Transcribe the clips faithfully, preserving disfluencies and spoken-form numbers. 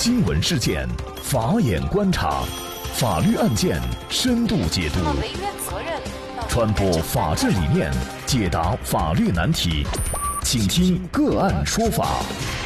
新闻事件，法眼观察，法律案件深度解读，传播法治理念，解答法律难题，请听个案说法。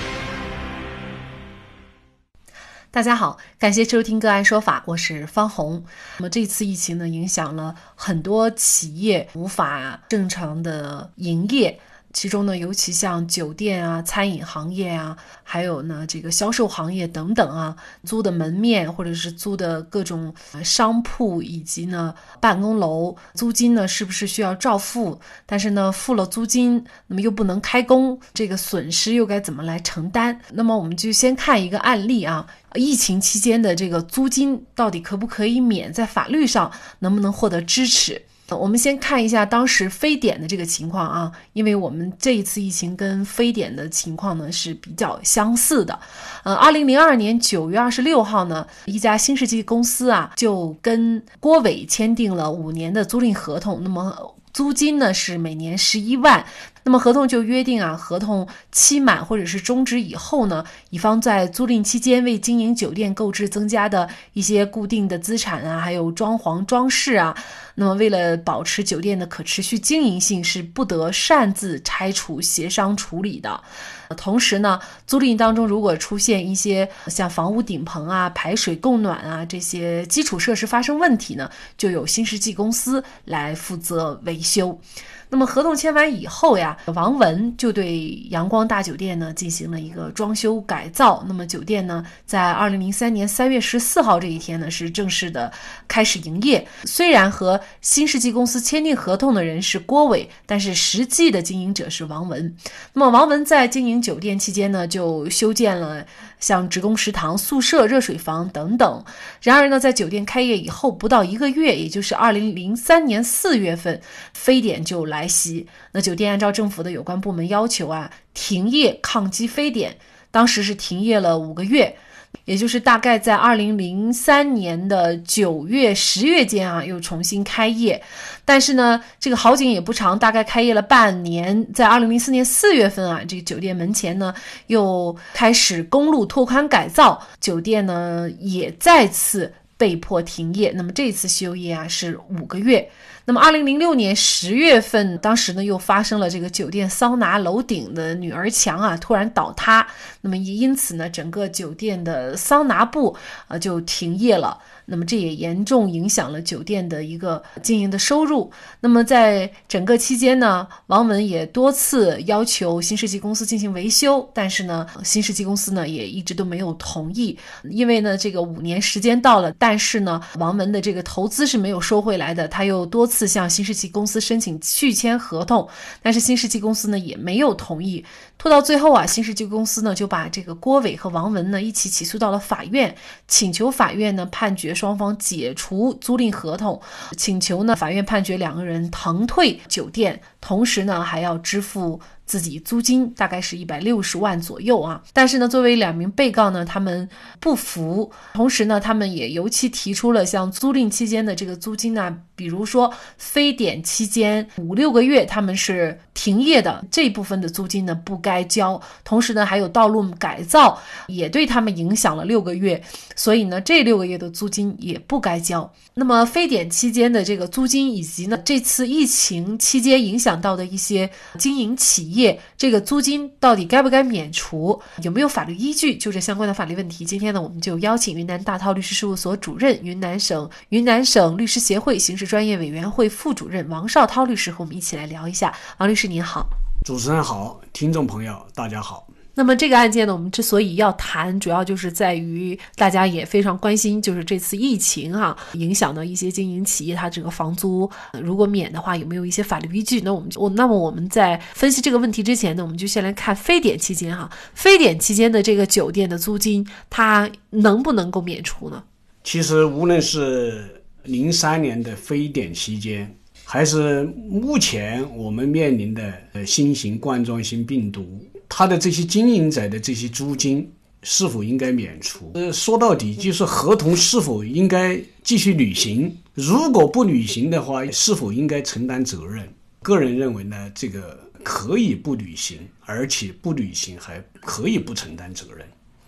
大家好，感谢收听个案说法，我是方红。那么这次疫情呢，影响了很多企业无法正常的营业，其中呢，尤其像酒店啊、餐饮行业啊，还有呢这个销售行业等等啊，租的门面或者是租的各种商铺以及呢办公楼，租金呢是不是需要照付？但是呢付了租金，那么又不能开工，这个损失又该怎么来承担？那么我们就先看一个案例啊。疫情期间的这个租金到底可不可以免，在法律上能不能获得支持？我们先看一下当时非典的这个情况啊，因为我们这一次疫情跟非典的情况呢是比较相似的。呃，二零零二年九月二十六号呢，一家新世纪公司啊就跟郭伟签订了五年的租赁合同，那么租金呢是每年十一万。那么合同就约定啊，合同期满或者是终止以后呢，乙方在租赁期间为经营酒店购置增加的一些固定的资产啊，还有装潢装饰啊，那么为了保持酒店的可持续经营性，是不得擅自拆除协商处理的。同时呢，租赁当中如果出现一些像房屋顶棚啊、排水供暖啊这些基础设施发生问题呢，就由新世纪公司来负责维修。那么合同签完以后呀，王文就对阳光大酒店呢进行了一个装修改造。那么酒店呢，在二零零三年三月十四号这一天呢，是正式的开始营业。虽然和新世纪公司签订合同的人是郭伟，但是实际的经营者是王文。那么王文在经营酒店期间呢，就修建了像职工食堂、宿舍、热水房等等。然而呢，在酒店开业以后不到一个月，也就是二零零三年四月份，非典就来来袭。那酒店按照政府的有关部门要求啊，停业抗击非典，当时是停业了五个月，也就是大概在二零零三年的九月、十月间啊，又重新开业。但是呢，这个好景也不长，大概开业了半年，在二零零四年四月份啊，这个酒店门前呢又开始公路拓宽改造，酒店呢也再次被迫停业。那么这次休业啊是五个月。那么二零零六年十月份，当时呢又发生了这个酒店桑拿楼顶的女儿墙啊突然倒塌，那么因此呢整个酒店的桑拿部啊就停业了。那么这也严重影响了酒店的一个经营的收入。那么在整个期间呢，王文也多次要求新世纪公司进行维修，但是呢新世纪公司呢也一直都没有同意。因为呢这个五年时间到了，但是呢王文的这个投资是没有收回来的，他又多次向新世纪公司申请续签合同，但是新世纪公司呢也没有同意。拖到最后啊，新世纪公司呢就把这个郭伟和王文呢一起起诉到了法院，请求法院呢判决双方解除租赁合同，请求呢法院判决两个人腾退酒店，同时呢还要支付自己租金，大概是一百六十万左右啊。但是呢作为两名被告呢，他们不服，同时呢他们也尤其提出了像租赁期间的这个租金呢，比如说非典期间五六个月他们是停业的，这一部分的租金呢不该交。同时呢还有道路改造也对他们影响了六个月，所以呢这六个月的租金也不该交。那么非典期间的这个租金，以及呢这次疫情期间影响到的一些经营企业，这个租金到底该不该免除，有没有法律依据，就这相关的法律问题，今天呢我们就邀请云南大韬律师事务所主任、云南省云南省律师协会刑事专业委员会副主任王绍涛律师和我们一起来聊一下。王律师您好。 主持人好，听众朋友大家好。 那么这个案件呢，我们之所以要谈，主要就是在于大家也非常关心，就是这次疫情哈、啊、影响到一些经营企业，它这个房租、呃、如果免的话，有没有一些法律依据？那我们我那么我们在分析这个问题之前呢，我们就先来看非典期间哈，非典期间的这个酒店的租金，它能不能够免除呢？ 其实无论是零三年的非典期间，还是目前我们面临的新型冠状性病毒，它的这些经营者的这些租金是否应该免除？呃，说到底就是合同是否应该继续履行，如果不履行的话，是否应该承担责任？个人认为呢，这个可以不履行，而且不履行还可以不承担责任。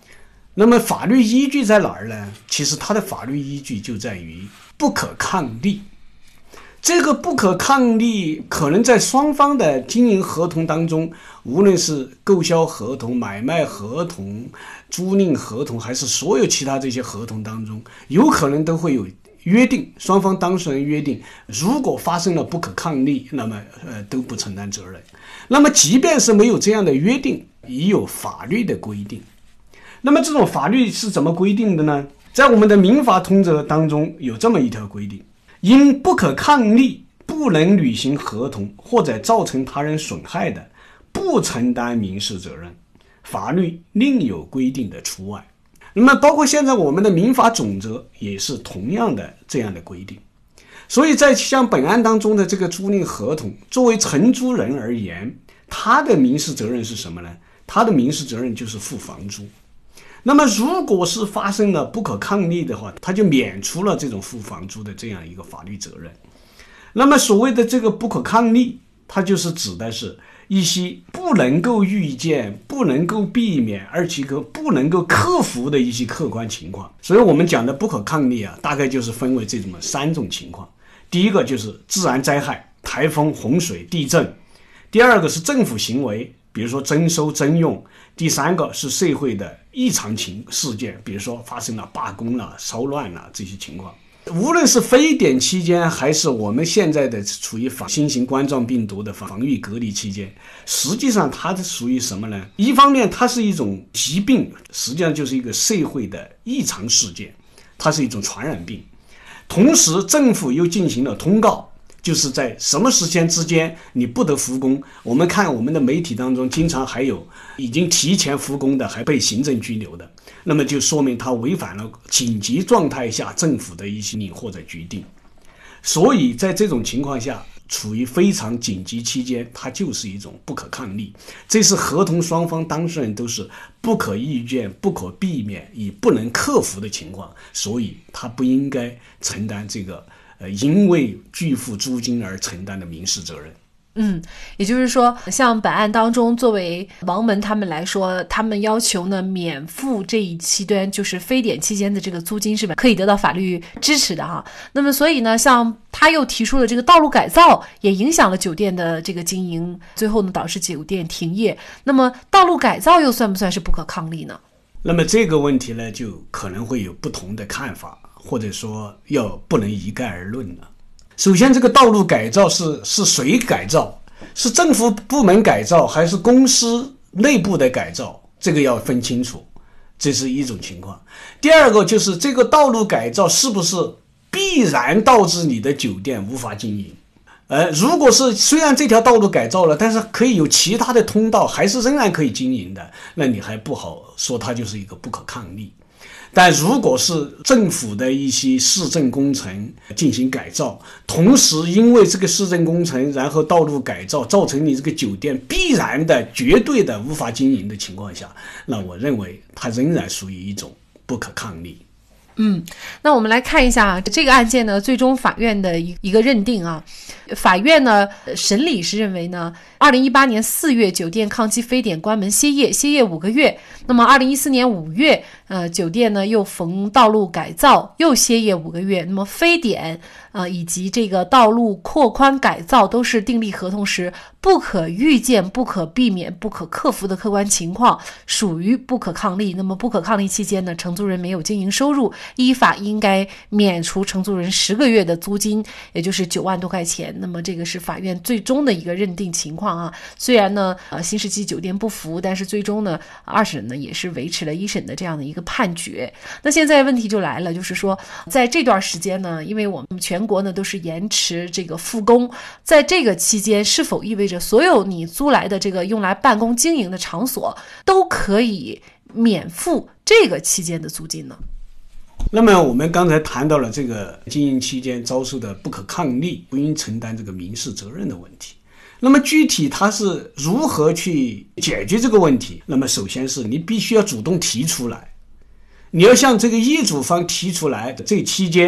那么法律依据在哪儿呢？其实它的法律依据就在于不可抗力。这个不可抗力可能在双方的经营合同当中，无论是购销合同、买卖合同、租赁合同，还是所有其他这些合同当中，有可能都会有约定，双方当事人约定，如果发生了不可抗力，那么呃都不承担责任。那么即便是没有这样的约定，也有法律的规定。那么这种法律是怎么规定的呢？在我们的民法通则当中有这么一条规定：因不可抗力不能履行合同或者造成他人损害的，不承担民事责任，法律另有规定的除外。那么包括现在我们的民法总则也是同样的这样的规定。所以在像本案当中的这个租赁合同，作为承租人而言，他的民事责任是什么呢？他的民事责任就是付房租。那么如果是发生了不可抗力的话，他就免除了这种付房租的这样一个法律责任。那么所谓的这个不可抗力，它就是指的是一些不能够预见、不能够避免，而且不能够克服的一些客观情况。所以我们讲的不可抗力啊，大概就是分为这种三种情况。第一个就是自然灾害，台风、洪水、地震。第二个是政府行为，比如说征收征用。第三个是社会的异常情事件，比如说发生了罢工了、骚乱了这些情况。无论是非典期间，还是我们现在的处于新型冠状病毒的防御隔离期间，实际上它是属于什么呢？一方面它是一种疾病，实际上就是一个社会的异常事件，它是一种传染病。同时政府又进行了通告，就是在什么时间之间你不得复工。我们看我们的媒体当中经常还有已经提前复工的还被行政拘留的，那么就说明他违反了紧急状态下政府的一些令或者决定。所以在这种情况下，处于非常紧急期间，它就是一种不可抗力。这是合同双方当事人都是不可预见、不可避免也不能克服的情况，所以他不应该承担这个呃，因为拒付租金而承担的民事责任。 嗯，也就是说，像本案当中，作为王门他们来说，他们要求呢免付这一期端就是非典期间的这个租金，是吧？可以得到法律支持的哈。那么，所以呢，像他又提出了这个道路改造，也影响了酒店的这个经营，最后呢导致酒店停业。那么，道路改造又算不算是不可抗力呢？ 那么这个问题呢，就可能会有不同的看法，或者说要不能一概而论了。首先，这个道路改造是是谁改造？是政府部门改造，还是公司内部的改造？这个要分清楚，这是一种情况。第二个就是这个道路改造是不是必然导致你的酒店无法经营？呃，如果是虽然这条道路改造了，但是可以有其他的通道，还是仍然可以经营的，那你还不好说它就是一个不可抗力。但如果是政府的一些市政工程进行改造，同时因为这个市政工程然后道路改造造成你这个酒店必然的绝对的无法经营的情况下，那我认为它仍然属于一种不可抗力。 嗯，那我们来看一下这个案件呢，最终法院的一个认定啊。法院呢审理是认为呢，二零一八年四月酒店抗击非典关门歇业，歇业五个月。那么二零一四年五月，呃，酒店呢又逢道路改造，又歇业五个月。那么非典呃以及这个道路扩宽改造都是订立合同时不可预见、不可避免、不可克服的客观情况，属于不可抗力。那么不可抗力期间呢，承租人没有经营收入，依法应该免除承租人十个月的租金，也就是九万多块钱。那么这个是法院最终的一个认定情况啊。虽然呢，呃，新世纪酒店不服，但是最终呢，二审呢也是维持了一审的这样的一个判决。那现在问题就来了，就是说，在这段时间呢，因为我们全国呢都是延迟这个复工，在这个期间，是否意味着所有你租来的这个用来办公经营的场所都可以免付这个期间的租金呢？ 那么我们刚才谈到了这个经营期间遭受的不可抗力，不应承担这个民事责任的问题。那么具体它是如何去解决这个问题？那么首先是你必须要主动提出来，你要向这个业主方提出来，这期间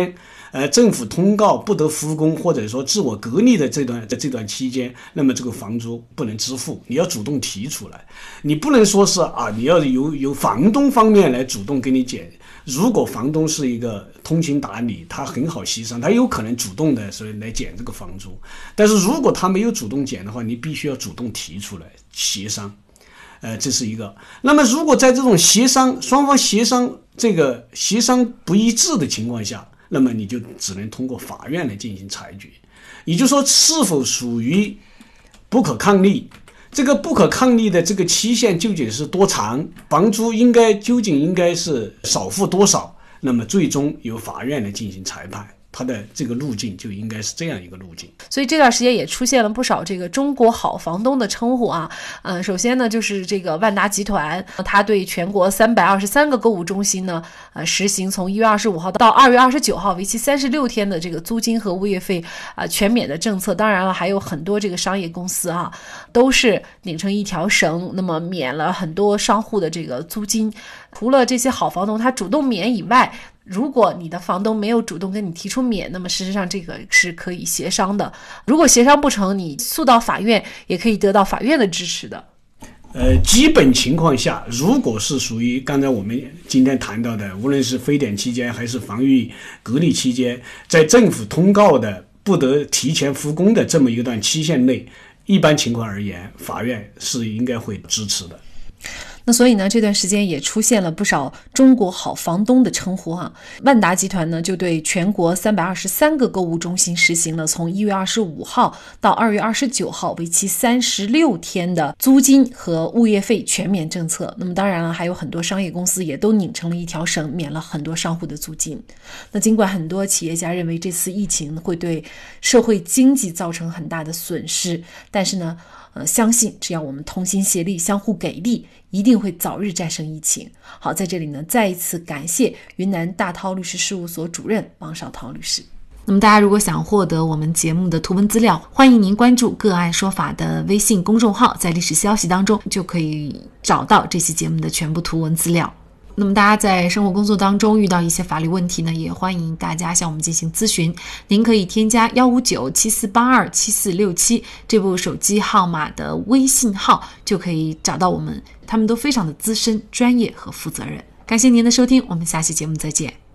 呃，政府通告不得复工或者说自我隔离的这段这段期间，那么这个房租不能支付，你要主动提出来，你不能说是啊，你要由由房东方面来主动给你减。如果房东是一个通情达理，他很好协商，他有可能主动的所以来减这个房租。但是如果他没有主动减的话，你必须要主动提出来协商。呃，这是一个。那么如果在这种协商双方协商这个协商不一致的情况下，那么你就只能通过法院来进行裁决。也就是说，是否属于不可抗力，这个不可抗力的这个期限究竟是多长，房租应该究竟应该是少付多少，那么最终由法院来进行裁判。它的这个路径就应该是这样一个路径。 所以这段时间也出现了不少这个中国好房东的称呼啊。嗯，首先呢就是这个万达集团，它对全国三百二十三个购物中心呢，呃，实行从一月二十五号到二月二十九号为期三十六天的这个租金和物业费啊、呃、全免的政策。当然了，还有很多这个商业公司啊，都是拧成一条绳，那么免了很多商户的这个租金。除了这些好房东他主动免以外，如果你的房东没有主动跟你提出免，那么事实上这个是可以协商的。如果协商不成，你诉到法院也可以得到法院的支持的。 呃，基本情况下，如果是属于刚才我们今天谈到的，无论是非典期间还是防御隔离期间，在政府通告的不得提前复工的这么一段期限内，一般情况而言，法院是应该会支持的。 那所以呢，这段时间也出现了不少中国好房东的称呼哈。万达集团呢，就对全国三百二十三个购物中心实行了从一月二十五号到二月二十九号为期三十六天的租金和物业费全免政策。那么当然了，还有很多商业公司也都拧成了一条绳，免了很多商户的租金。那尽管很多企业家认为这次疫情会对社会经济造成很大的损失，但是呢呃，相信只要我们同心协力，相互给力，一定会早日战胜疫情。好，在这里呢，再一次感谢云南大韬律师事务所主任王绍涛律师。那么大家如果想获得我们节目的图文资料，欢迎您关注个案说法的微信公众号，在历史消息当中就可以找到这期节目的全部图文资料。那么大家在生活工作当中遇到一些法律问题呢，也欢迎大家向我们进行咨询。您可以添加一五九七四八二七四六七这部手机号码的微信号，就可以找到我们，他们都非常的资深、专业和负责任。感谢您的收听，我们下期节目再见。